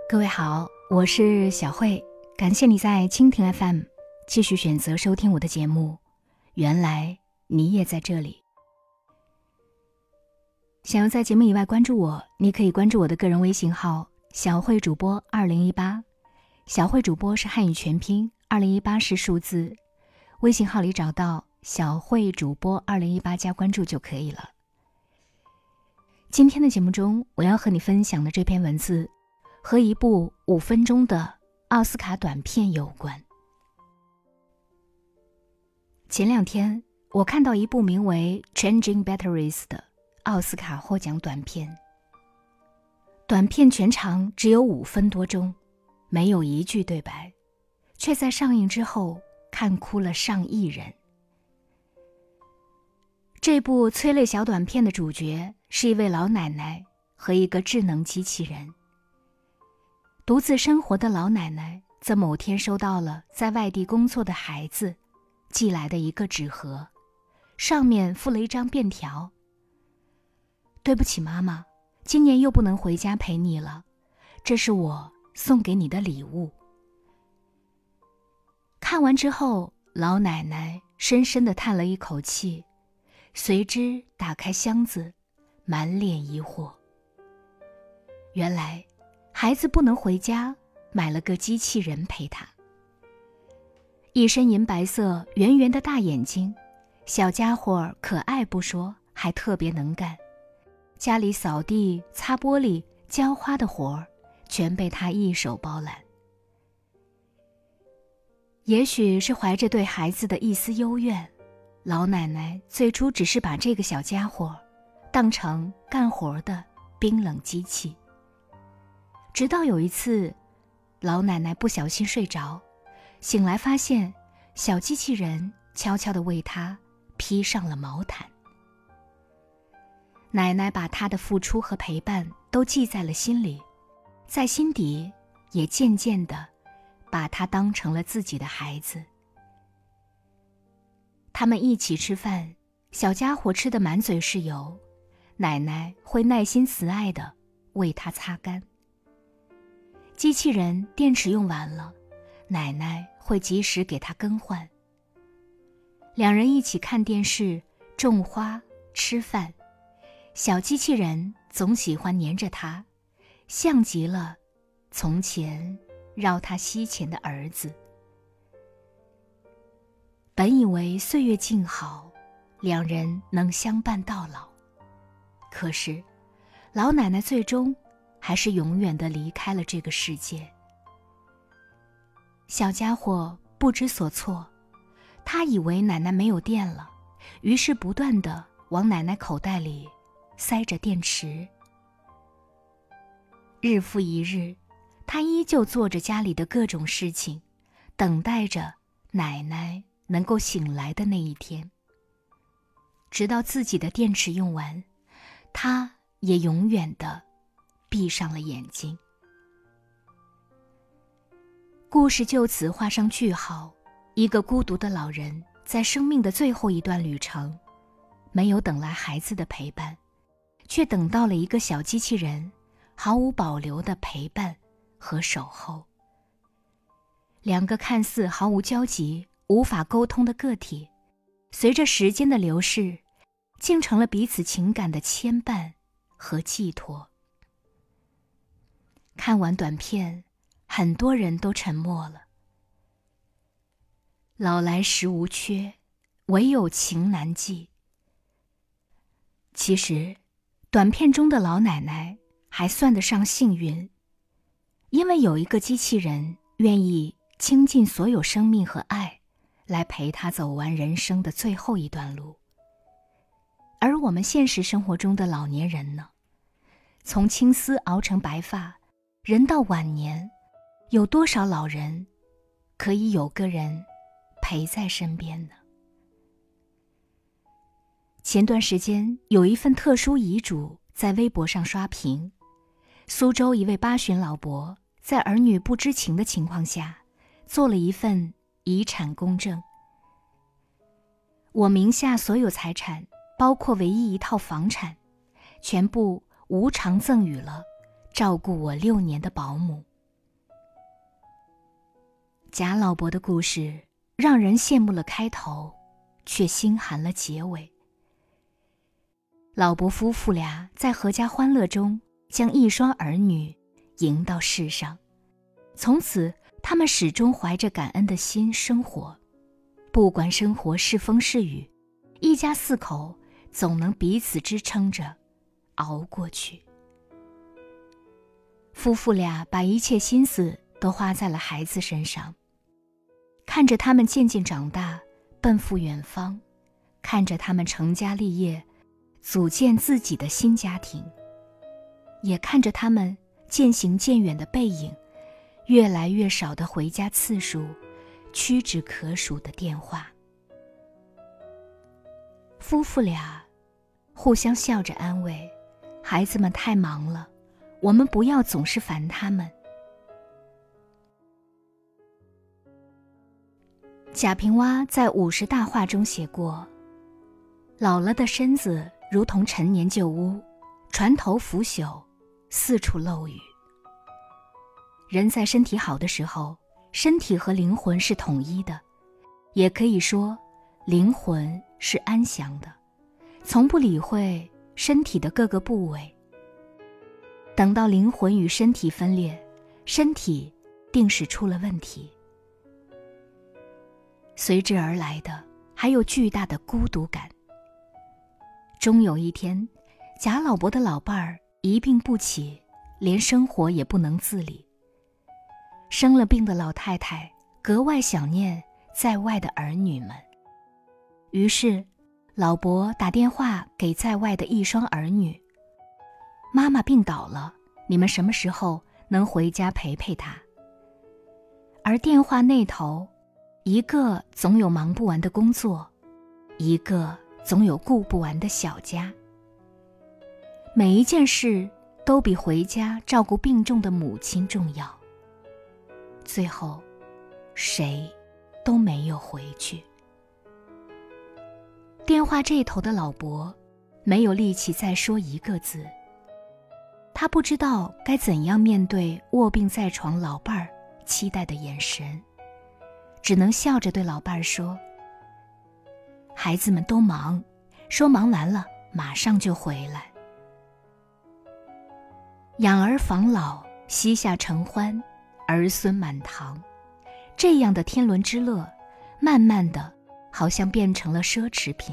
各位好，我是小慧，感谢你在蜻蜓 FM 继续选择收听我的节目。原来你也在这里。想要在节目以外关注我，你可以关注我的个人微信号小慧主播2018，小慧主播是汉语全拼，2018是数字，微信号里找到小慧主播2018加关注就可以了。今天的节目中，我要和你分享的这篇文字和一部5分钟的奥斯卡短片有关。前2天，我看到一部名为《Changing Batteries》的奥斯卡获奖短片。短片全长只有5分多钟，没有一句对白，却在上映之后看哭了上亿人。这部催泪小短片的主角是一位老奶奶和一个智能机器人。独自生活的老奶奶在某天收到了在外地工作的孩子寄来的一个纸盒，上面附了一张便条。对不起妈妈，今年又不能回家陪你了，这是我送给你的礼物。看完之后，老奶奶深深地叹了一口气，随之打开箱子，满脸疑惑。原来孩子不能回家，买了个机器人陪他。一身银白色圆圆的大眼睛，小家伙可爱不说，还特别能干。家里扫地、擦玻璃、浇花的活儿，全被他一手包揽。也许是怀着对孩子的一丝幽怨，老奶奶最初只是把这个小家伙当成干活的冰冷机器。直到有一次，老奶奶不小心睡着，醒来发现小机器人悄悄地为她披上了毛毯。奶奶把她的付出和陪伴都记在了心里，在心底也渐渐地把她当成了自己的孩子。他们一起吃饭，小家伙吃得满嘴是油，奶奶会耐心慈爱地为他擦干。机器人电池用完了，奶奶会及时给他更换。两人一起看电视、种花、吃饭，小机器人总喜欢黏着他，像极了从前绕他膝前的儿子。本以为岁月静好，两人能相伴到老，可是老奶奶最终还是永远地离开了这个世界。小家伙不知所措，他以为奶奶没有电了，于是不断地往奶奶口袋里塞着电池。日复一日，他依旧做着家里的各种事情，等待着奶奶能够醒来的那一天。直到自己的电池用完，他也永远地闭上了眼睛。故事就此画上句号。一个孤独的老人在生命的最后一段旅程，没有等来孩子的陪伴，却等到了一个小机器人毫无保留的陪伴和守候。两个看似毫无交集、无法沟通的个体，随着时间的流逝，竟成了彼此情感的牵绊和寄托。看完短片，很多人都沉默了。老来食无缺，唯有情难寄。其实，短片中的老奶奶还算得上幸运，因为有一个机器人愿意倾尽所有生命和爱，来陪她走完人生的最后一段路。而我们现实生活中的老年人呢？从青丝熬成白发，人到晚年，有多少老人可以有个人陪在身边呢？前段时间有一份特殊遗嘱在微博上刷屏，苏州一位80老伯在儿女不知情的情况下，做了一份遗产公证。我名下所有财产，包括唯一一套房产，全部无偿赠予了照顾我6年的保姆。 贾老伯的故事让人羡慕了开头，却心寒了结尾。老伯夫妇俩在阖家欢乐中将一双儿女迎到世上，从此他们始终怀着感恩的心生活，不管生活是风是雨，一家4口总能彼此支撑着熬过去。夫妇俩把一切心思都花在了孩子身上，看着他们渐渐长大，奔赴远方，看着他们成家立业，组建自己的新家庭，也看着他们渐行渐远的背影，越来越少的回家次数，屈指可数的电话。夫妇俩互相笑着安慰，孩子们太忙了，我们不要总是烦他们。贾平凹在50大话中写过，老了的身子如同陈年旧屋，船头腐朽，四处漏雨。人在身体好的时候，身体和灵魂是统一的，也可以说灵魂是安详的，从不理会身体的各个部位。等到灵魂与身体分裂，身体定是出了问题。随之而来的还有巨大的孤独感。终有一天，贾老伯的老伴儿一病不起，连生活也不能自理。生了病的老太太格外想念在外的儿女们，于是老伯打电话给在外的一双儿女，妈妈病倒了，你们什么时候能回家陪陪她？而电话那头，一个总有忙不完的工作，一个总有顾不完的小家。每一件事都比回家照顾病重的母亲重要。最后，谁都没有回去。电话这头的老伯没有力气再说一个字，他不知道该怎样面对卧病在床老伴儿期待的眼神，只能笑着对老伴儿说：孩子们都忙，说忙完了马上就回来。养儿防老，膝下承欢，儿孙满堂，这样的天伦之乐，慢慢的好像变成了奢侈品。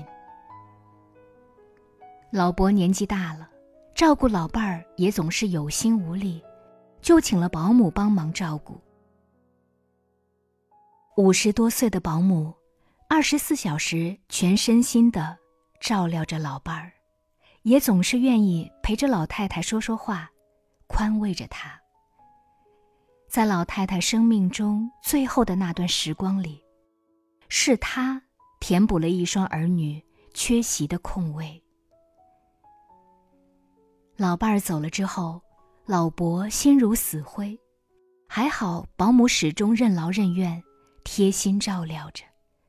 老伯年纪大了，照顾老伴儿也总是有心无力，就请了保姆帮忙照顾。50多岁的保姆24小时全身心地照料着老伴儿，也总是愿意陪着老太太说说话，宽慰着她。在老太太生命中最后的那段时光里，是她填补了一双儿女缺席的空位。老伴儿走了之后，老伯心如死灰，还好保姆始终任劳任怨，贴心照料着。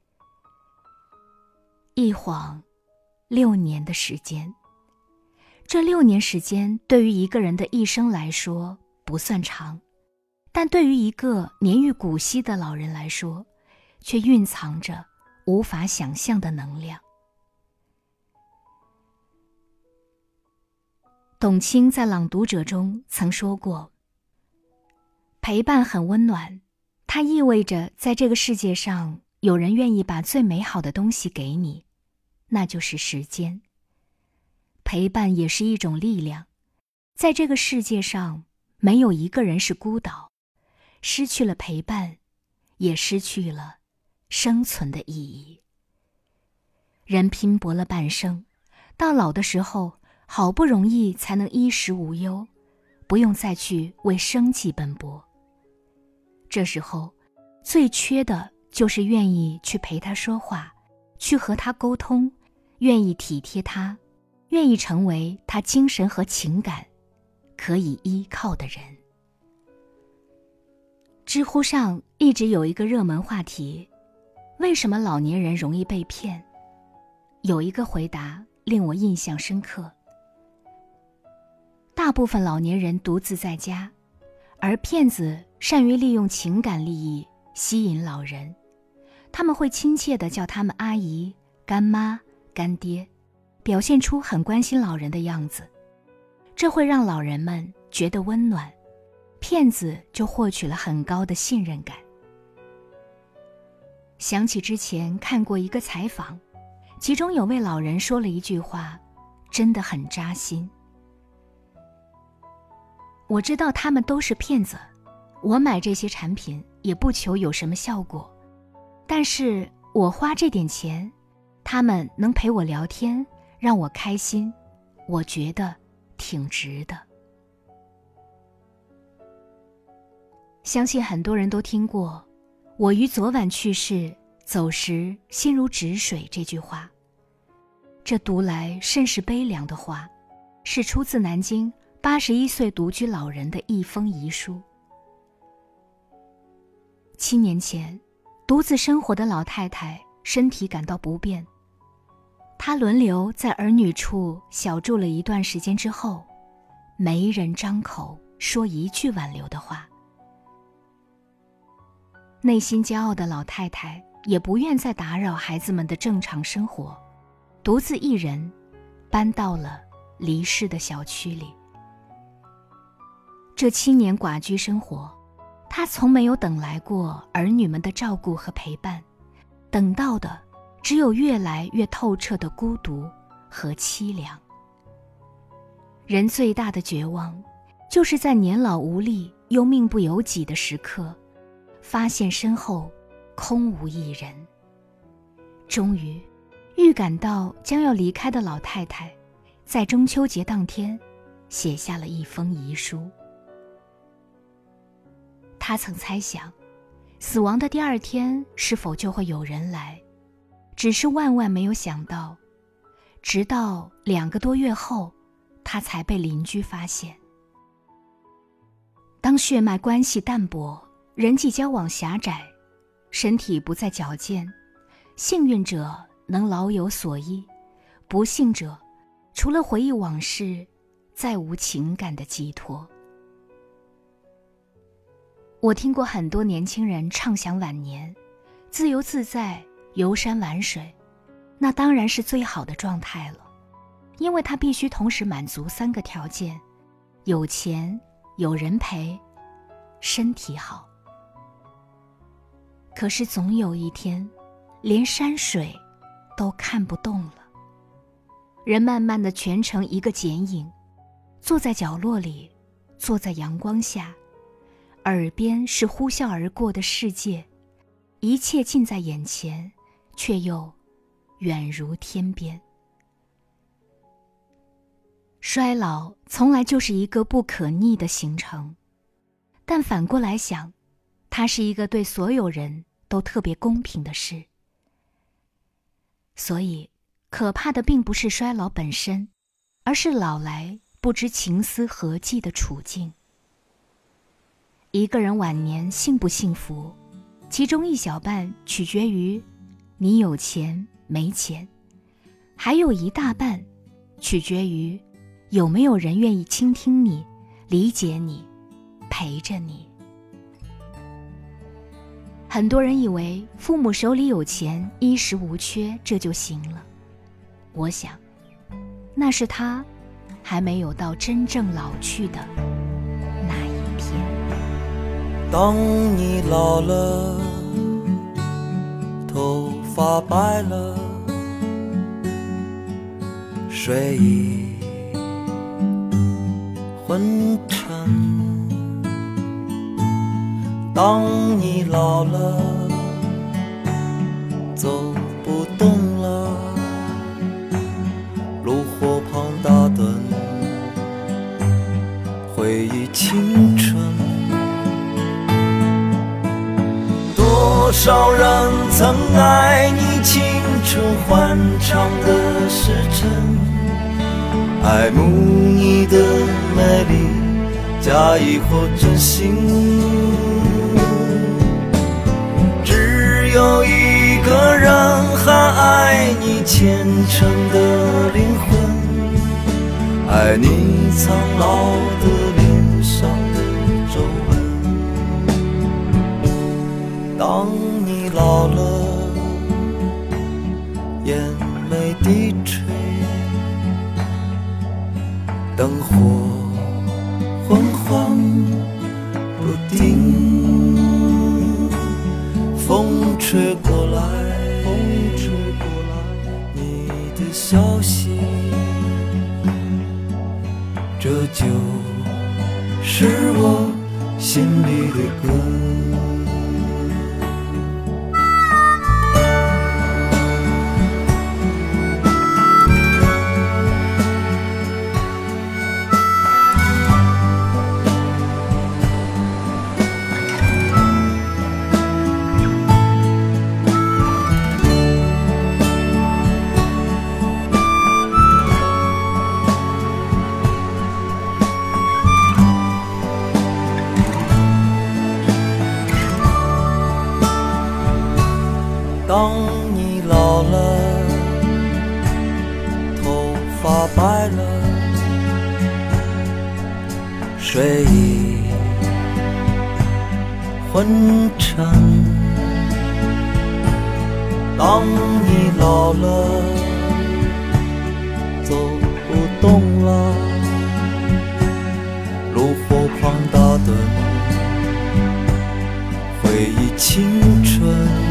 一晃6年的时间，这6年时间对于一个人的一生来说不算长，但对于一个年逾古稀的老人来说，却蕴藏着无法想象的能量。董卿在《朗读者》中曾说过，陪伴很温暖，它意味着在这个世界上有人愿意把最美好的东西给你，那就是时间。陪伴也是一种力量，在这个世界上没有一个人是孤岛，失去了陪伴，也失去了生存的意义。人拼搏了半生，到老的时候好不容易才能衣食无忧，不用再去为生计奔波。这时候最缺的就是愿意去陪他说话，去和他沟通，愿意体贴他，愿意成为他精神和情感可以依靠的人。知乎上一直有一个热门话题，为什么老年人容易被骗？有一个回答令我印象深刻。大部分老年人独自在家，而骗子善于利用情感利益吸引老人，他们会亲切地叫他们阿姨、干妈、干爹，表现出很关心老人的样子。这会让老人们觉得温暖，骗子就获取了很高的信任感。想起之前看过一个采访，其中有位老人说了一句话，真的很扎心。我知道他们都是骗子，我买这些产品也不求有什么效果，但是我花这点钱，他们能陪我聊天，让我开心，我觉得挺值的。相信很多人都听过我于昨晚去世，走时心如止水这句话。这读来甚是悲凉的话，是出自南京81岁独居老人的一封遗书。7年前，独自生活的老太太身体感到不便，她轮流在儿女处小住了一段时间之后，没人张口说一句挽留的话。内心骄傲的老太太也不愿再打扰孩子们的正常生活，独自一人搬到了离世的小区里。这7年寡居生活，她从没有等来过儿女们的照顾和陪伴，等到的只有越来越透彻的孤独和凄凉。人最大的绝望，就是在年老无力又命不由己的时刻，发现身后空无一人。终于预感到将要离开的老太太，在中秋节当天写下了一封遗书。她曾猜想，死亡的第2天是否就会有人来，只是万万没有想到，直到2个多月后，她才被邻居发现。当血脉关系淡薄，人际交往狭窄，身体不再矫健，幸运者能老有所依，不幸者除了回忆往事，再无情感的寄托。我听过很多年轻人畅想晚年，自由自在，游山玩水，那当然是最好的状态了，因为他必须同时满足3个条件：有钱，有人陪，身体好。可是总有一天，连山水都看不动了。人慢慢的蜷成一个剪影，坐在角落里，坐在阳光下，耳边是呼啸而过的世界，一切近在眼前，却又远如天边。衰老从来就是一个不可逆的行程，但反过来想，它是一个对所有人都特别公平的事。所以可怕的并不是衰老本身，而是老来不知情思何寄的处境。一个人晚年幸不幸福，其中一小半取决于你有钱没钱，还有一大半取决于有没有人愿意倾听你，理解你，陪着你。很多人以为父母手里有钱，衣食无缺，这就行了。我想，那是他还没有到真正老去的那一天。 当你老了，头发白了，睡意昏沉。当你老了，走不动了，炉火旁打盹，回忆青春。多少人曾爱你青春欢畅的时辰，爱慕你的美丽，假意或真心。只有一个人还爱你虔诚的灵魂，爱你苍老的脸上的皱纹。当当你老了，眼眉低垂，灯火昏黄不定，风吹过来，你的消息，这就是我心里的歌。当你老了，头发白了，睡意昏沉。当你老了，走不动了，炉火旁打盹，回忆青春。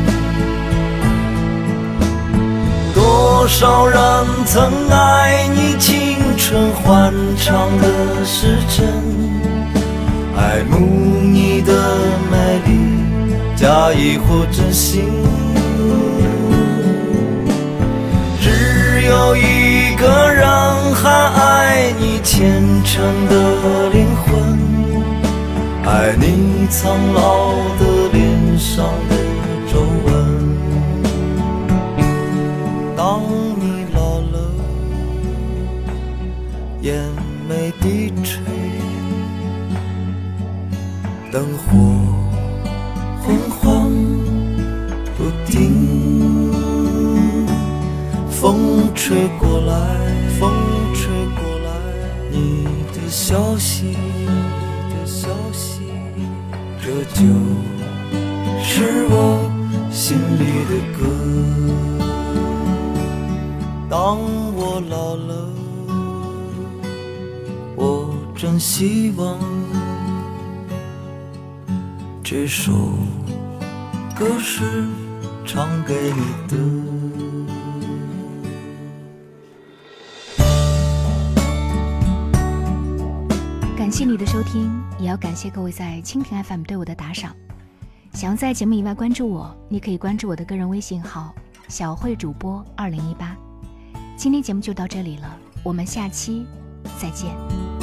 多少人曾爱你青春欢畅的时辰，爱慕你的美丽，假意或真心。只有一个人还爱你虔诚的灵魂，爱你苍老的脸上的皱纹。当你老了，眼眉低垂，灯火昏黄不定，风吹过来，你的消息，这就是我心里的歌。当我老了，我真希望这首歌是唱给你的。 感谢你的收听，也要感谢各位在蜻蜓 FM 对我的打赏。想要在节目以外关注我，你可以关注我的个人微信号小慧主播2018。今天节目就到这里了，我们下期再见。